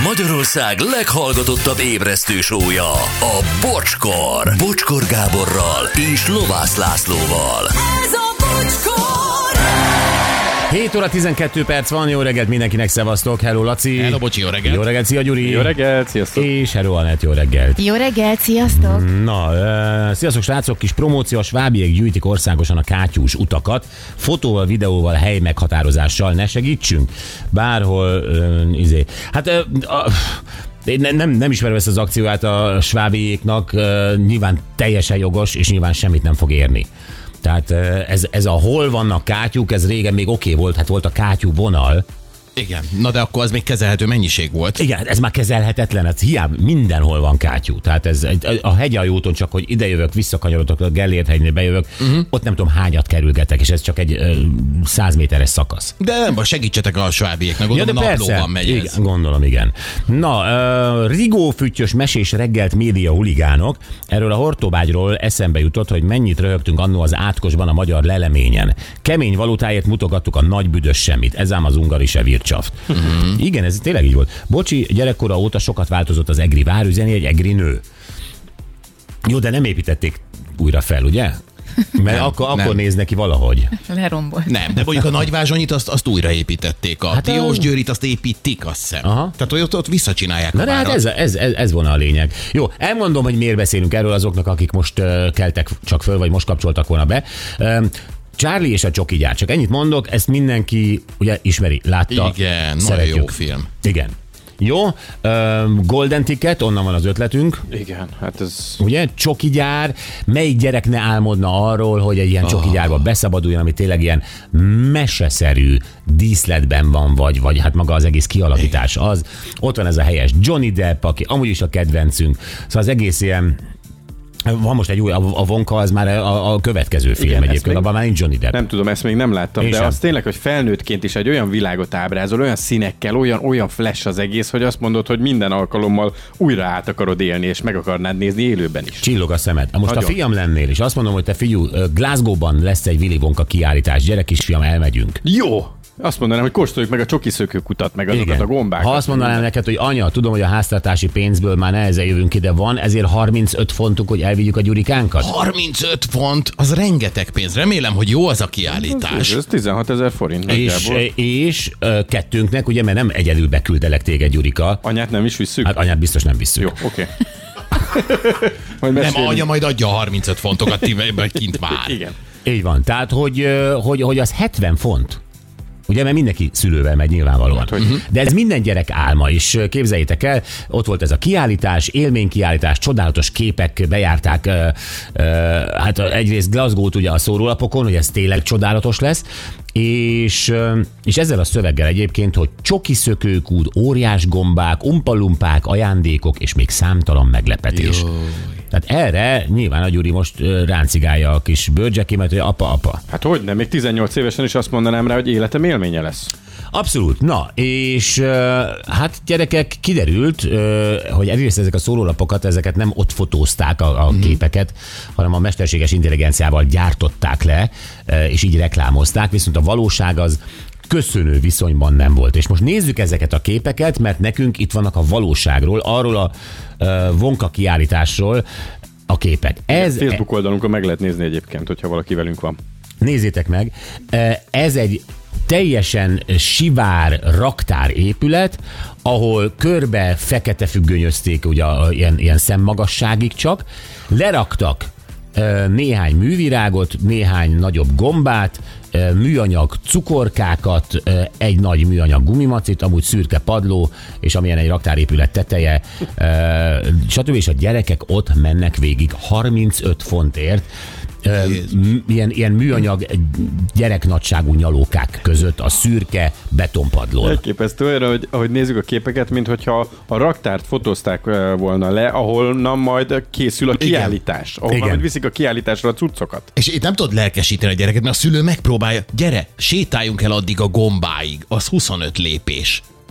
Magyarország leghallgatottabb ébresztő show-ja, a Bocskor. Bocskor Gáborral és Lovász Lászlóval. Ez a Bocskor! 7 óra 12 perc van, jó reggelt mindenkinek, szevasztok, hello Laci. Hello Bocsi, jó reggelt. Jó reggelt, szia Gyuri. Jó reggelt, sziasztok. És hello Anett, jó reggelt. Jó reggelt, sziasztok! Na, sziasztok srácok, kis promóciós Svábiek gyűjtik országosan a kátyús utakat, fotóval, videóval, hely meghatározással, ne segítsünk? Bárhol, nem ismerem ezt az akcióját a svábiéknak, nyilván teljesen jogos, és nyilván semmit nem fog érni. Tehát ez a hol vannak kátyúk, ez régen még oké volt, hát volt a kátyú vonal. Igen, na de akkor az még kezelhető mennyiség volt. Igen, ez már kezelhetetlen, ez hiába mindenhol van kátyú. Tehát ez a Hegyalja úton csak, hogy idejövök, visszakanyarodok, a Gellért hegynél bejövök, ott nem tudom hányat kerülgetek, és ez csak egy 100 méteres szakasz. De nem, segítsetek a svábiéknak, gondolom naplóban megy ez. Igen, gondolom, igen. Na, rigófüttyös mesés reggelt média huligánok. Erről a Hortobágyról eszembe jutott, hogy mennyit röhögtünk annó az Átkosban a magyar leleményen. Kemény valutáért mutogattuk a nagy büdös semmit. Ez ám az ungari sevír. Igen, ez tényleg így volt. Bocsi, gyerekkora óta sokat változott az egri várüzeni, egy egri nő. Jó, de nem építették újra fel, ugye? Mert akkor néz neki valahogy. Lerombolt. Nem, de mondjuk a Nagyvázsonyit azt újraépítették. A Diósgyőrit azt építik, azt hiszem. Aha. Tehát ott visszacsinálják na, a várat. hát ez volna a lényeg. Jó, elmondom, hogy miért beszélünk erről azoknak, akik most keltek csak föl, vagy most kapcsoltak volna be. Charlie és a Csoki gyár. Csak ennyit mondok, ezt mindenki ugye ismeri, látta. Igen, szeretjük. nagyon jó film. Igen. Jó, Golden Ticket, onnan van az ötletünk. Igen, hát ez... Ugye, csoki gyár, melyik gyerek ne álmodna arról, hogy egy ilyen csoki gyárba beszabaduljon, ami tényleg ilyen meseszerű díszletben van, vagy hát maga az egész kialakítás az. Ott van ez a helyes Johnny Depp, aki amúgy is a kedvencünk. Szóval az egész ilyen. Van most egy új, a Wonka, az már a következő film. Igen, egyébként, abban már nincs Johnny Depp. Nem tudom, ezt még nem láttam, de az tényleg, hogy felnőttként is egy olyan világot ábrázol, olyan színekkel, olyan flash az egész, hogy azt mondod, hogy minden alkalommal újra át akarod élni, és meg akarnád nézni élőben is. Csillog a szemed. Most nagyon. A fiam lennél, és azt mondom, hogy te figyú, Glasgow-ban lesz egy Willy Wonka kiállítás, gyere kisfiam, elmegyünk. Jó! Azt mondanám, hogy kóstoljuk meg a csokiszökőkutat, meg azokat a gombákat. Ha azt mondanám neked, hogy anya, tudom, hogy a háztartási pénzből már nehezen jövünk ide, van, ezért 35 fontunk, hogy elvigyük a gyurikánkat? 35 font, az rengeteg pénz. Remélem, hogy jó az a kiállítás. Ez 16 000 forint. És kettőnknek, ugye, mert nem egyedül beküldelek téged, Gyurika. Anyát nem is visszük? Hát anyát biztos nem visszük. Jó, oké. Nem, anya majd adja a 35 fontokat kint már. Igen. Így van. Tehát, hogy az 70 font. Ugye, mert mindenki szülővel megy nyilvánvalóan. De ez minden gyerek álma is. Képzeljétek el, ott volt ez a kiállítás, élménykiállítás, csodálatos képek bejárták, hát egyrészt Glasgow-t ugye a szórólapokon, hogy ez tényleg csodálatos lesz, és ezzel a szöveggel egyébként, hogy csokiszökőkút, óriás gombák, umpalumpák, ajándékok, és még számtalan meglepetés. Jó. Tehát erre nyilván a Gyuri most ráncigálja a kis bőrcsekémet, hogy apa. Hát hogy nem, még 18 évesen is azt mondanám rá, hogy életem élménye lesz. Abszolút. Na, és hát gyerekek, kiderült, hogy egyrészt ezek a szórólapokat, ezeket nem ott fotózták a képeket, hanem a mesterséges intelligenciával gyártották le, és így reklámozták, viszont a valóság az köszönő viszonyban nem volt. És most nézzük ezeket a képeket, mert nekünk itt vannak a valóságról, arról a Wonka kiállításról a képek. Facebook oldalunkon meg lehet nézni egyébként, hogyha valaki velünk van. Nézzétek meg, ez egy teljesen sivár raktárépület, ahol körbe fekete függönyözték ugye ilyen szemmagasságig csak, leraktak néhány művirágot, néhány nagyobb gombát, műanyag cukorkákat, egy nagy műanyag gumimacit, amúgy szürke padló, és amilyen egy raktárépület teteje, stb. És a gyerekek ott mennek végig 35 fontért, ilyen műanyag gyereknagyságú nyalókák között a szürke betonpadlón. Elképesztő olyan, ahogy nézzük a képeket, mintha a raktárt fotózták volna le, ahol majd készül a kiállítás. Ahol majd viszik a kiállításra a cuccokat. És itt nem tudod lelkesíteni a gyereket, mert a szülő megpróbálja, gyere, sétáljunk el addig a gombáig, az 25 lépés.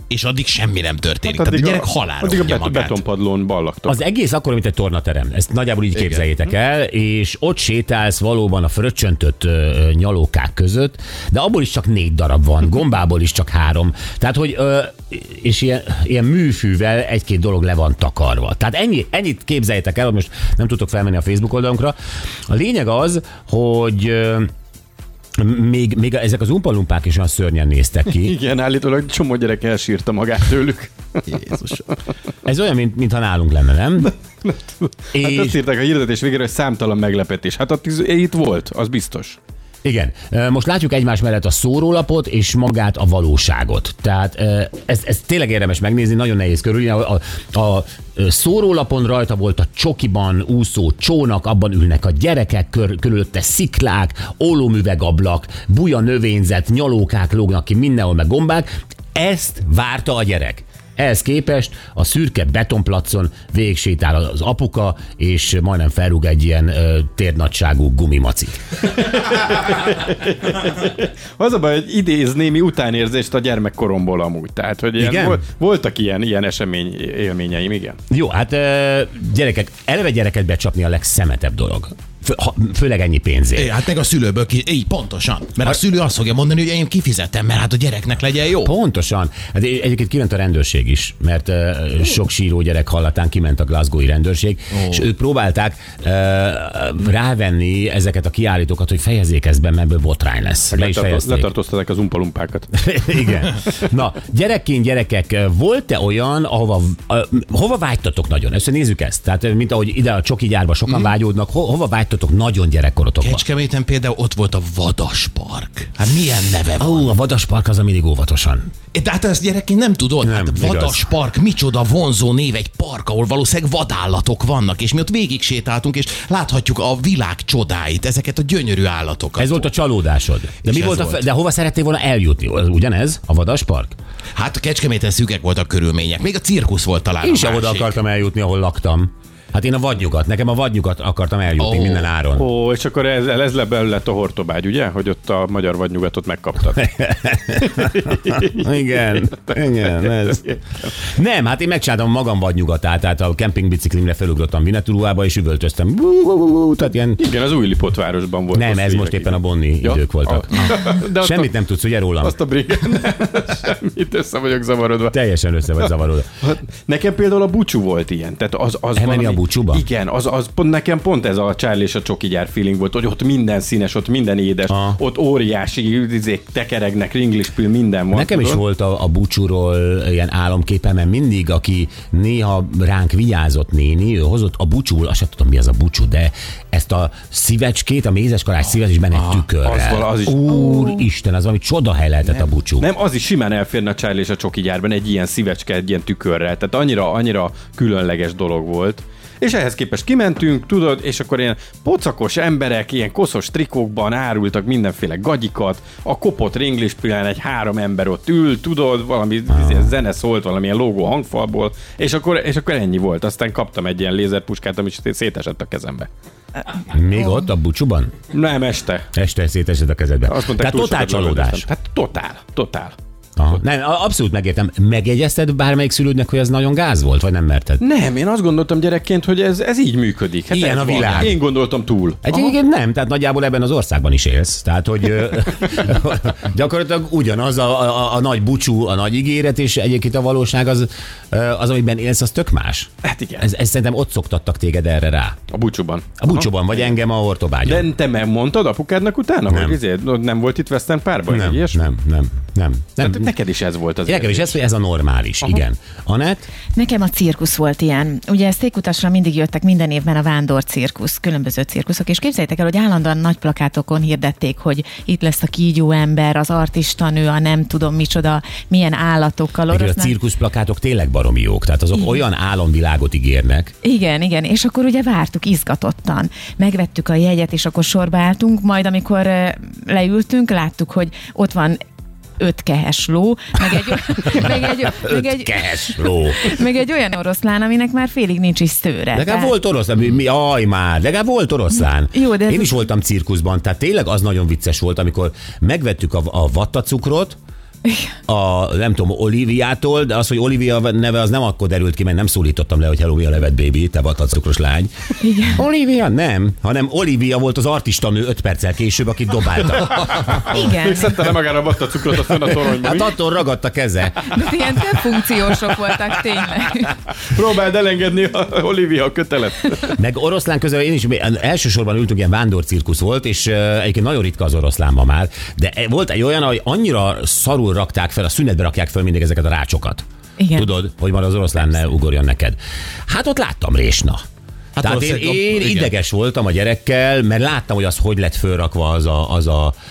és addig semmi nem történik. Hát Tehát a gyerek halálra adja magát. Betonpadlón ballagtok. Az egész akkor, mint egy tornaterem. Ezt nagyjából így képzeljétek el, és ott sétálsz valóban a fröccsöntött nyalókák között, de abból is csak 4 darab van, gombából is csak 3. Tehát, hogy és ilyen műfűvel 1-2 dolog le van takarva. Tehát ennyit képzeljétek el, hogy most nem tudtok felmenni a Facebook oldalunkra. A lényeg az, hogy még ezek az umpalumpák is olyan szörnyen néztek ki. Igen, állítólag csomó gyerek elsírta magát tőlük. Jézusom. Ez olyan, mintha nálunk lenne, nem? Hát azt írták a hirdetés végére, hogy számtalan meglepetés. Hát ott itt volt, az biztos. Igen. Most látjuk egymás mellett a szórólapot és magát a valóságot. Tehát ez tényleg érdemes megnézni, nagyon nehéz körülni. A szórólapon rajta volt a csokiban úszó csónak, abban ülnek a gyerekek, körülötte sziklák, ólomüvegablak, buja növényzet, nyalókák lógnak ki mindenhol, meg gombák. Ezt várta a gyerek. Ehhez képest a szürke betonplacon végigsétál az apuka, és majdnem felrúg egy ilyen térnagyságú gumimacit. Az a baj, hogy idéz némi utánérzést a gyermekkoromból amúgy. Tehát, hogy voltak ilyen esemény élményeim, igen. Jó, hát gyerekek, eleve gyereket becsapni a legszemetebb dolog. Főleg ennyi pénzért. Hát meg a szülőből így pontosan. Mert a szülő azt fogja mondani, hogy én kifizettem, mert hát a gyereknek legyen jó. Pontosan. Hát egyébként kiment a rendőrség is, mert sok síró gyerek hallatán kiment a glasgowi rendőrség, és ők próbálták rávenni ezeket a kiállítókat, hogy fejezzék ezt be, mert ebből botrány lesz. Letartóztatták az umpalumpákat. Igen. Na, gyerekek, volt-e olyan, hova vágytatok nagyon? Ezt nézzük ezt. Tehát, mint ahogy ide a csoki gyárba sokan vágyódnak, hova vágytatok nagyon gyerekkorotokban? Kecskeméten például ott volt a Vadaspark. Hát milyen neve van? A Vadaspark az a mindig óvatosan. De hát ezt gyerekként nem tudod. Nem, hát Vadaspark, micsoda vonzó név, egy park, ahol valószínűleg vadállatok vannak, és mi ott végig sétáltunk, és láthatjuk a világ csodáit, ezeket a gyönyörű állatokat. Ez volt a csalódásod. De mi volt? De hova szerettél volna eljutni? Ugyanez? A Vadaspark? Hát a Kecskeméten szűkek voltak körülmények. Még a cirkusz volt talán. Én sem oda akartam eljutni, ahol laktam. Hát én a vadnyugat, nekem a vadnyugat akartam eljutni minden áron. És akkor ez lett a hortobágy, ugye? Hogy ott a magyar vadnyugatot megkaptad. Igen, ez. Nem, hát én megcsináltam magam vadnyugatát, tehát a kempingbiciklimre felugrottam Vinetúruába, és üvöltöztem. Tehát ilyen... Igen, az Újlipótvárosban volt. Nem, ez most éppen a bonni idők voltak. Semmit nem tudsz, ugye rólam? Azt a semmit, össze vagyok zavarodva. Teljesen össze vagy zavarodva. Nekem például a Bucsú volt ilyen. Tehát az valami... a Bucsúba? Igen, pont nekem ez a Charlie és a csoki gyár feeling volt, hogy ott minden színes, ott minden édes, ott óriási tekeregnek, ringlispül, minden van. Nekem is volt a Bucsúról ilyen álomképe, mert mindig, aki néha ránk vigyázott néni, ő hozott a Bucsúból, azt sem tudom, mi az a Bucsú, de ezt a szívecskét, a mézeskalács szívet is benne egy tükörrel. Az is. Úristen, az valami csodahely lehetett a Bucsú. Nem, az is simán elférne a Charlie és a csoki gyárban egy ilyen szívecske, egy ilyen tükörrel. Tehát annyira különleges dolog volt. És ehhez képest kimentünk, tudod, és akkor ilyen pocakos emberek, ilyen koszos trikókban árultak mindenféle gagyikat, a kopott ringlispillán egy 3 ember ott ül, tudod, valami zene szólt, valamilyen lógó hangfalból, és akkor ennyi volt. Aztán kaptam egy ilyen lézerpuskát, ami szétesett a kezembe. Még ott a Bucsúban? Nem, este. Este szétesett a kezedbe. Tehát totál csalódás. Hát totál. Aha. Nem, abszolút megértem. Megjegyezted bármelyik szülődnek, hogy ez nagyon gáz volt, vagy nem merted? Nem, én azt gondoltam gyerekként, hogy ez így működik. Hát ilyen a világ. Van. Én gondoltam túl. Egyébként nem, tehát nagyjából ebben az országban is élsz. Tehát, hogy gyakorlatilag ugyanaz a nagy Bucsú, a nagy ígéret, és egyébként a valóság az amiben élsz, az tök más. Hát igen. Ez szerintem ott szoktattak téged erre rá. A Bucsúban. A Bucsúban, vagy engem a Hortobágyon. De te megmondtad apukádnak utána, nem. Hogy nem volt itt Western Parkban? Nem. Tehát neked is ez volt az. Nekem is ez, hogy ez a normális, igen. Anett? Nekem a cirkusz volt ilyen. Ugye Székutasra mindig jöttek minden évben a vándor cirkusz, különböző cirkuszok, és képzeljétek el, hogy állandóan nagy plakátokon hirdették, hogy itt lesz a kígyó ember, az artistanő, a nem tudom micsoda, milyen állatokkal. A cirkuszplakátok tényleg baromi jók, tehát azok olyan álomvilágot ígérnek. Igen, és akkor ugye vártuk izgatottan. Megvettük a jegyet, és akkor sorba álltunk, majd amikor leültünk, láttuk, hogy ott van 5 kehes ló, meg egy olyan oroszlán, aminek már félig nincs is szőre. Legalább volt oroszlán, legalább volt oroszlán. Jó, de én is voltam cirkuszban, tehát tényleg az nagyon vicces volt, amikor megvettük a vattacukrot, nem tudom, Oliviától, de az, hogy Olivia neve az nem akkor derült ki, mert nem szólítottam le, hogy hello, mi a neved, baby, te vagy a cukros lány. Igen. Olivia nem, hanem Olivia volt az artistanő 5 perccel később, akit dobálta. Igen. Még szedte le magára a vattacukrot a fönn a toronyban. Hát attól ragadt a keze. De ilyen több funkciósok voltak tényleg. Próbáld elengedni Olivia a kötelet. Meg oroszlán közel, én is elsősorban ültünk, ilyen vándorcirkusz volt, és egyébként nagyon ritka az oroszlán ma már, de volt egy olyan, hogy annyira szarul rakták fel, a szünetbe rakják fel mindig ezeket a rácsokat. Igen. Tudod, hogy már az oroszlán ne ugorjon neked. Hát ott láttam résna. Hát Tehát én ideges voltam a gyerekkel, mert láttam, hogy az hogy lett fölrakva az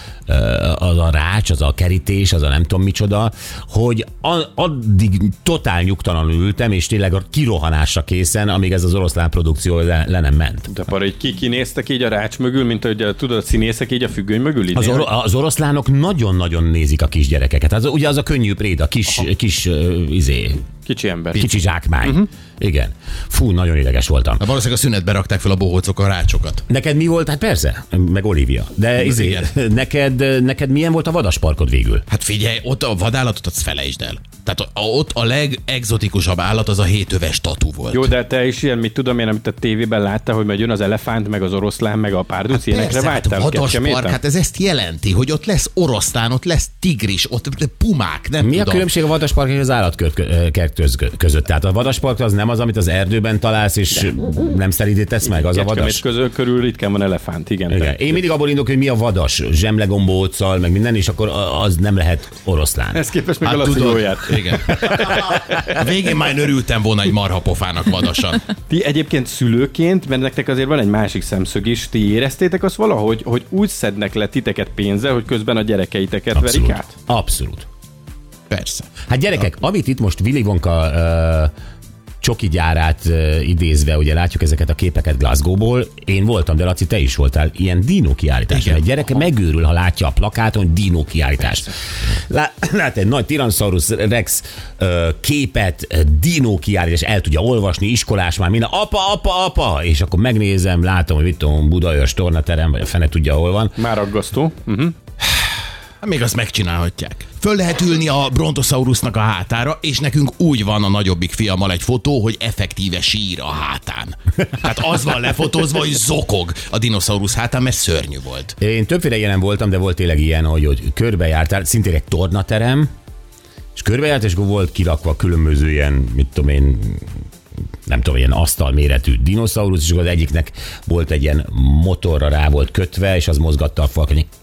a rács, az a kerítés, az a nem tudom micsoda, hogy addig totál nyugtalanul ültem, és tényleg a kirohanásra készen, amíg ez az oroszlán produkció le nem ment. De para, hogy kinéztek így a rács mögül, mint hogy tudod, a színészek így a függöny mögül így. Az oroszlánok nagyon-nagyon nézik a kisgyerekeket. Ugye az a könnyű préda, kis Kicsi ember. Kicsi zsákmány. Igen. Fú, nagyon ideges voltam. Valószínűleg a szünetbe rakták fel a bohócok a rácsokat. Neked mi volt? Hát persze, meg Olivia. De neked milyen volt a vadasparkod végül? Hát figyelj, ott a vadállatot azt felejtsd el. Tehát ott a legexotikusabb állat az a 7 öves tatú volt. Jó, de te is ilyen, mit tudom én, amit a tévében láttál, hogy majd jön az elefánt, meg az oroszlán, meg a párduc, ilyenekre vágytál? Hát vadaspark, hát ez ezt jelenti, hogy ott lesz oroszlán, ott lesz tigris, ott pumák, nem Mi tudom. a különbség a vadaspark és az állatkert között? Tehát a vadaspark az nem az, amit az erdőben találsz, és nem szerintítesz meg, az a vadas. Körül ritkán van elefánt, igen. Én mindig abból indulok, hogy mi a vadas, zsemlegombóccal, meg minden, és akkor az nem lehet oroszlán. Ez képest meg Hát a lacióját. Igen. A végén már örültem volna egy marhapofának vadasan. Ti egyébként szülőként, mert nektek azért van egy másik szemszög is, ti éreztétek azt valahogy, hogy úgy szednek le titeket pénzzel, hogy közben a gyerekeiteket verik át? Abszolút. Persze. Hát gyerekek, amit itt most Willy Wonka csoki gyárát idézve, ugye látjuk ezeket a képeket Glasgow-ból, én voltam, de Laci, te is voltál ilyen dino kiállítás. Egy gyereke megőrül, ha látja a plakáton, hogy dino kiállítás. Lát egy nagy Tyrannosaurus Rex képet, dino kiállítás, el tudja olvasni, iskolás már minden, apa, és akkor megnézem, látom, hogy mit tudom, Budaörs tornaterem, vagy a fene tudja, hol van. Már aggasztó. Még azt megcsinálhatják. Föl lehet ülni a Brontosaurusnak a hátára, és nekünk úgy van a nagyobbik fiammal egy fotó, hogy effektíve sír a hátán. Tehát az van lefotózva, hogy zokog a dinoszaurusz hátán, mert szörnyű volt. Én többféle jelen voltam, de volt tényleg ilyen, hogy körbejártál, szintén egy tornaterem, és körbejárt, és akkor volt kirakva különböző ilyen, mit tudom én, nem tudom, ilyen asztalméretű dinoszaurusz, és akkor az egyiknek volt egy ilyen motorra rá volt kötve, és az mozgatta a falkat, hogy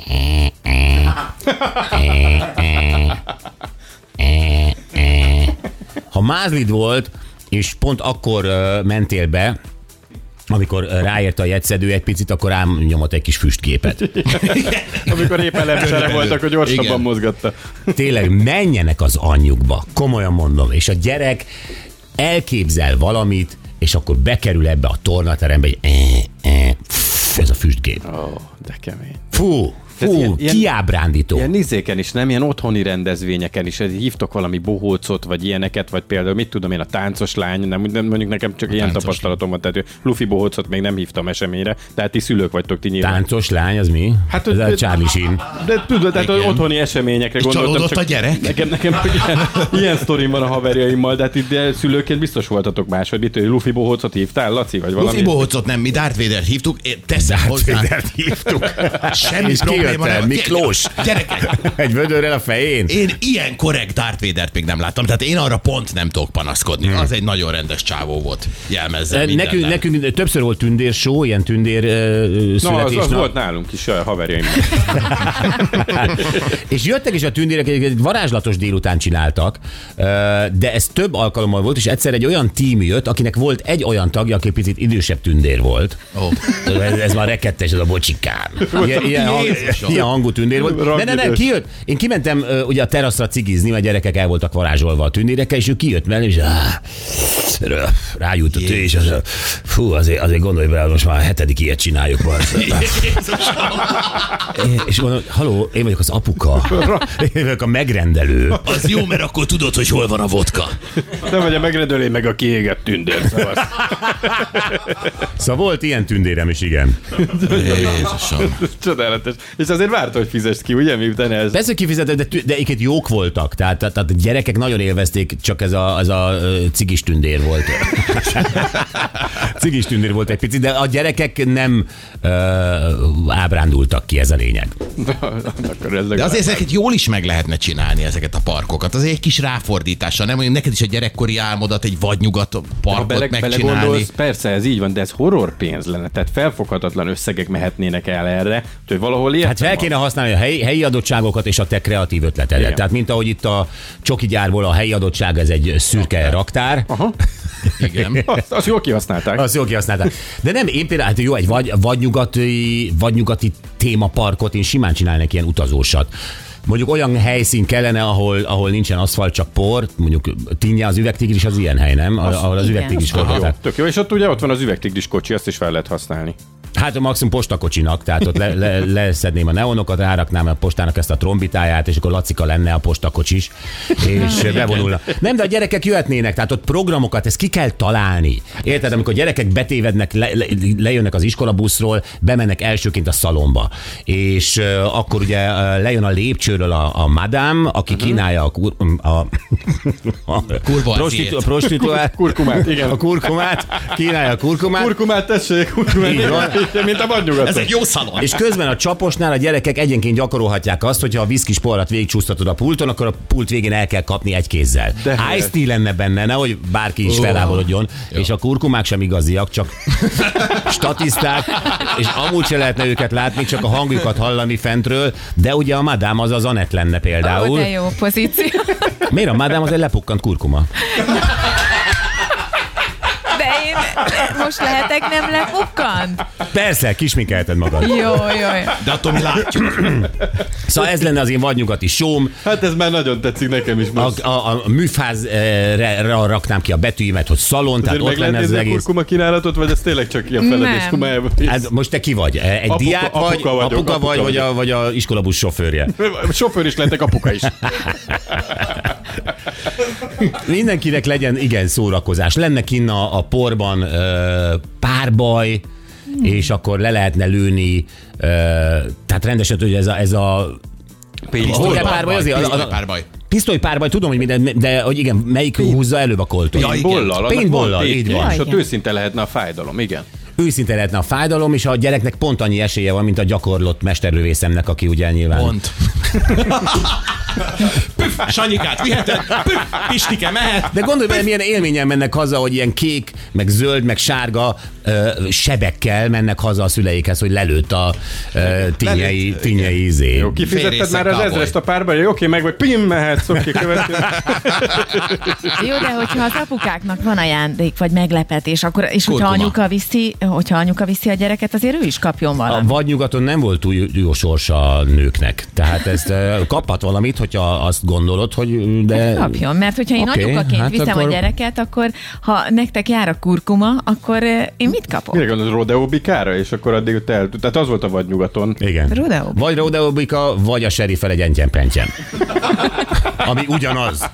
ha mázlid volt, és pont akkor mentél be, amikor ráért a jegyszedő egy picit, akkor rám nyomott egy kis füstképet. Amikor éppen lepsere voltak, hogy gyorsabban mozgatta. Tényleg menjenek az anyjukba, komolyan mondom, és a gyerek elképzel valamit, és akkor bekerül ebbe a tornaterembe, hogy ez a füstgép. De kemény. Fú, kiábrándító. Ilyen nizéken is, nem? Ilyen otthoni rendezvényeken is. Hívtok valami bohócot, vagy ilyeneket, vagy például, mit tudom én, a táncos lány, nem mondjuk nekem csak ilyen tapasztalatom van, tehát Luffy bohócot még nem hívtam eseményre, tehát ti szülők vagytok, ti nyilván. Táncos lány, az mi? Hát, ez a Charlie Sheen. De tudod, tehát otthoni eseményekre gondoltam. Csalódott a gyerek? Nekem ilyen sztorim van a haverjaimmal, de hát itt szülőként biztos voltatok máshogy. Mit, Luffy bohócot hívtál, Laci, vagy valami? Luffy bohócot nem, mi Darth Vader-t hívtuk, teszem hozzá. Semmi probléma nem. Miklós. Gyerekek. Egy vödörrel a fején. Én ilyen korrekt Darth Vader-t még nem láttam, tehát én arra pont nem tudok panaszkodni. Az egy nagyon rendes csávó volt, jelmezzel mindennel. Nekünk többször volt tündérshow, ilyen tündér születésnap. Az volt nálunk is a haverjaim. És jöttek is a tündérek, egy varázslatos délután csináltak, de ez több alkalommal volt, és egyszer egy olyan tím jött, akinek volt egy olyan tagja, aki picit idősebb tündér volt. Ez már rekettes, ez a bocsikán. Ilyen hangú tündér volt. Ne, kijött. Én kimentem ugye a teraszra cigizni, mert gyerekek el voltak varázsolva a tündérekkel, és ő kijött mellé, és egyszer rájutott ő is, fú, azért gondolj bele, most már 7. ilyet csináljuk már. És mondom, haló, én vagyok az apuka, én vagyok a megrendelő. Az jó, mert akkor tudod, hogy hol van a vodka. Nem vagy a megrendelő, én meg a kiégett tündér. Szóval volt ilyen tündérem is, igen. Jézusom. Csodálatos. És azért várta, hogy fizest ki, ugye, miután ez? Persze kifizetett, de egyébként jók voltak. Tehát a gyerekek nagyon élvezték, csak ez a cigis tündér volt. Cigis tündér volt egy picit, de a gyerekek nem ábrándultak ki, ez a lényeg. De azért ezeket jól is meg lehetne csinálni, ezeket a parkokat. Azért egy kis ráfordítással, nem mondjuk neked is a gyerekkori álmodat egy vadnyugat parkot megcsinálni. Persze, ez így van, de ez horror pénz lenne. Tehát felfoghatatlan összegek mehetnének el erre, hogy valahol ilyen. Hát fel kéne használni a helyi adottságokat és a te kreatív ötletedet. Igen. Tehát mint ahogy itt a csoki gyárból a helyi adottság, ez egy szürke raktár. Aha. Igen. Azt jól kihasználták. Azt jól kihasználták. De nem, én például, hát jó, egy vadnyugati témaparkot, én simán csinálnék ilyen utazósat. Mondjuk olyan helyszín kellene, ahol nincsen aszfalt, csak por, mondjuk Tinnye, az üvegtigris az ilyen hely, nem? Ahol az üvegtigris Jó, volt. tök jó, és ott van az üvegtigris kocsi, azt is fel lehet használni. Hát a maximum postakocsinak, tehát ott leszedném a neonokat, ráraknám a postának ezt a trombitáját, és akkor Lacika lenne a postakocsis, és bevonulna. Nem, de a gyerekek jöhetnének, tehát ott programokat, ezt ki kell találni. Érted, amikor gyerekek betévednek, lejönnek az iskolabuszról, bemennek elsőként a szalomba, és akkor ugye lejön a lépcsőről a madám, aki kínálja a prostituált, Kurkumát, igen. a kurkumát, kínálja a kurkumát. Kurkumát, tessék, kurkumát. Így van. Mint a vadnyugaton. Ez egy jó szalon. És közben a csaposnál a gyerekek egyenként gyakorolhatják azt, hogyha a viszkis poharat végigcsúsztatod a pulton, akkor a pult végén el kell kapni egy kézzel. Ice tea lenne benne, nehogy bárki is felábolodjon, és a kurkumák sem igaziak, csak statiszták, és amúgy se lehetne őket látni, csak a hangjukat hallani fentről, de ugye a madám az Anett lenne például. De jó pozíció. Miért a madám az egy lepukkant kurkuma? De én most lehetek nem lepukkant? Persze, kisminkelted magad. Jó. De attól mi látjuk. Szóval ez lenne az én vadnyugati sóm. Hát ez már nagyon tetszik nekem is most. A műfázra raknám ki a betűimet, hogy szalon, tehát ott lenne ez az a egész. kurkuma kínálatot, vagy ez tényleg csak ilyen feledés Nem. kumájából? Hát most te ki vagy? Egy diák vagy, apuka vagy a iskolabusz sofőrje? Sofőr is lehetek, apuka is. Mindenkinek legyen igen szórakozás. Lenne kinn a porban párbaj, és akkor le lehetne lőni, tehát rendesen, hogy ez a Pisztolypárbaj. pisztolypárbaj, tudom, hogy minden, de hogy igen, melyik húzza előbb a koltot? Paintball-lal, így van. És ott őszinte lehetne a fájdalom, igen. Őszinte lehetne a fájdalom, és a gyereknek pont annyi esélye van, mint a gyakorlott mesterlövészemnek, aki ugye nyilván... Pont. Püff, Sanyikát viheted, püff, Pistike mehet. De gondolj bele, milyen élményen mennek haza, hogy ilyen kék, meg zöld, meg sárga sebekkel mennek haza a szüleikhez, hogy lelőtt a tinyei izé. Jó, kifizetted már az ezrest a párba, oké, meg vagy pim, mehetsz, oké, következő. Jó, de hogyha az apukáknak van ajándék, vagy meglepetés, akkor, és hogyha anyuka viszi a gyereket, azért ő is kapjon A valamit. vadnyugaton nem volt túl jó sorsa a nőknek. Tehát ezt kaphat valamit, hogyha azt gondolod, hogy... De... Kapjon, mert hogyha én Oké, anyukaként hát viszem akkor- a gyereket, akkor ha nektek jár a kurkuma, akkor én mit kapok? Mire gondolod, rodeo bikára, és akkor addig ott el... Tehát az volt a vadnyugaton. Igen. Rodeo. Vagy rodeobika, vagy a seriffel egy entyen-pentyen. Ami ugyanaz.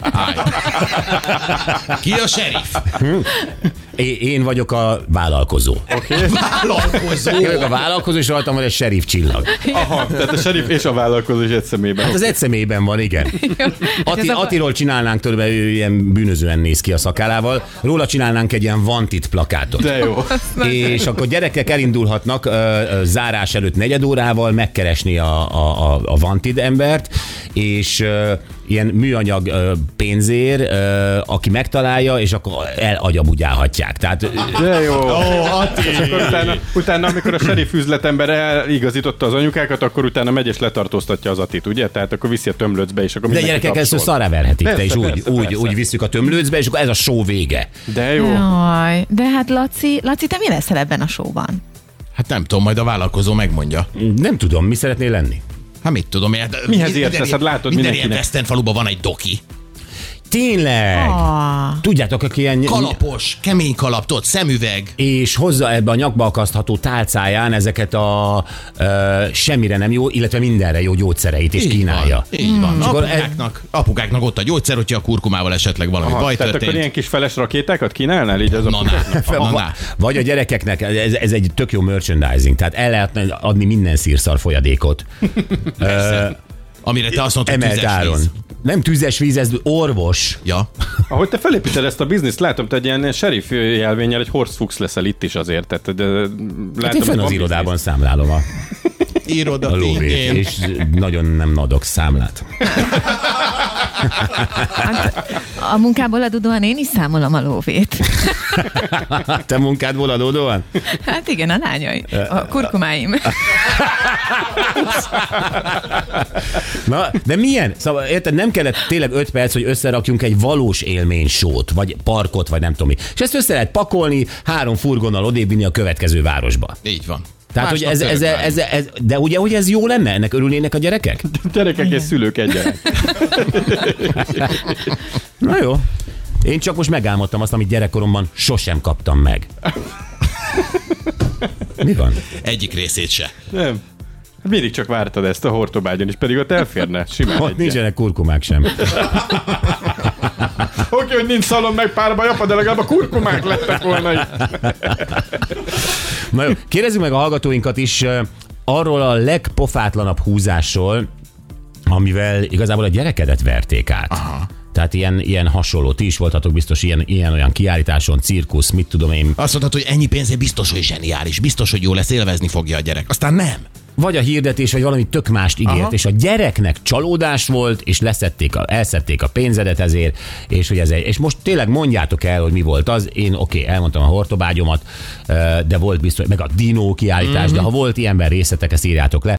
Ki a sheriff? Én vagyok a vállalkozó. Vállalkozó. Én vagyok a vállalkozó, és rajtam van egy sheriff csillag. Aha, tehát a sheriff és a vállalkozó is egy szemében. Hát az egy személyben van, igen. Attiról csinálnánk tőle, ő ilyen bűnözően néz ki a szakálával. Róla csinálnánk egy ilyen wanted plakátot. De jó. És akkor gyerekek elindulhatnak zárás előtt 4 órával megkeresni a wanted embert, és ilyen műanyag pénzér, aki megtalálja, és akkor elagyabudjálhatják. Tehát De jó. És akkor utána, amikor a sheriff üzletember eligazította az anyukákat, akkor utána megy és letartóztatja az Attit, ugye? Tehát akkor viszi a tömlöcbe, és akkor de mindenki gyerekek ezt tapsol. szarrá verhetik, te is Persze, úgy visszük a tömlőcbe, és akkor ez a show vége. De jó. Jaj, de hát Laci, te mi leszel ebben a showban? Hát nem tudom, majd a vállalkozó megmondja. Nem tudom, mi szeretnél lenni? Hát mit tudom én. Mihez értesz? Hát látod, minden ilyen mindenkinek. western faluban van egy doki. Tényleg? Tudjátok, aki ilyen... Kalapos, kemény kalap, tudod, szemüveg. És hozza ebbe a nyakba akasztható tálcáján ezeket a semmire nem jó, illetve mindenre jó gyógyszereit is kínálja. Így van. Apukáknak ott a gyógyszer, hogyha a kurkumával esetleg valami baj tehát történt. akkor ilyen kis feles rakétákat kínálnál így az Vagy a gyerekeknek, ez egy tök jó merchandising, tehát el lehet adni minden szírszar folyadékot. Amire te azt mondtad, emelt áron. Nem tüzes víz, ez orvos. Ja. Ahogy te felépíted ezt a bizniszt, látom, te egy ilyen sheriff jelvénnyel egy horsefuchs leszel itt is azért. Tehát, hát én fenn az irodában számlálom a lóvét, és nagyon nem adok számlát. Hát, a munkából adódóan én is számolom a lóvét. Te munkádból adódóan? Hát igen, a lányai, a kurkumáim. Na, de milyen? Szóval érted, nem kellett tényleg 5 perc, hogy összerakjunk egy valós élménysót, vagy parkot, vagy nem tudom mi. És ezt össze lehet pakolni, 3 furgonnal odébbvinni a következő városba. Így van. Tehát, hogy de ugye, hogy ez jó lenne? Ennek örülnének a gyerekek? Gyerekek és szülők egyaránt. Na jó. Én csak most megálmodtam azt, amit gyerekkoromban sosem kaptam meg. Mi van? Egyik részét se. Nem. Mindig csak vártad ezt a hortobágyon is, pedig ott elférne simán Ott nincsenek kurkumák sem. Oké, hogy nincs szalon meg párba, apa, de legalább a kurkumák lettek volna itt. Na jó, kérdezzük meg a hallgatóinkat is arról a legpofátlanabb húzásról, amivel igazából a gyerekedet verték át. Aha. Tehát ilyen hasonló. Ti is voltatok biztos ilyen-olyan kiállításon, cirkusz, mit tudom én. Azt mondtad, hogy ennyi pénzért biztos, hogy zseniális, biztos, hogy jó lesz, élvezni fogja a gyerek. Aztán nem. Vagy a hirdetés, vagy valami tök mást ígért, aha, és a gyereknek csalódás volt, és elszedték a pénzedet ezért, és hogy és most tényleg mondjátok el, hogy mi volt az. Én elmondtam a hortobágyomat, de volt biztos, meg a dinó kiállítás, de ha volt ilyenben részletek, ezt írjátok le.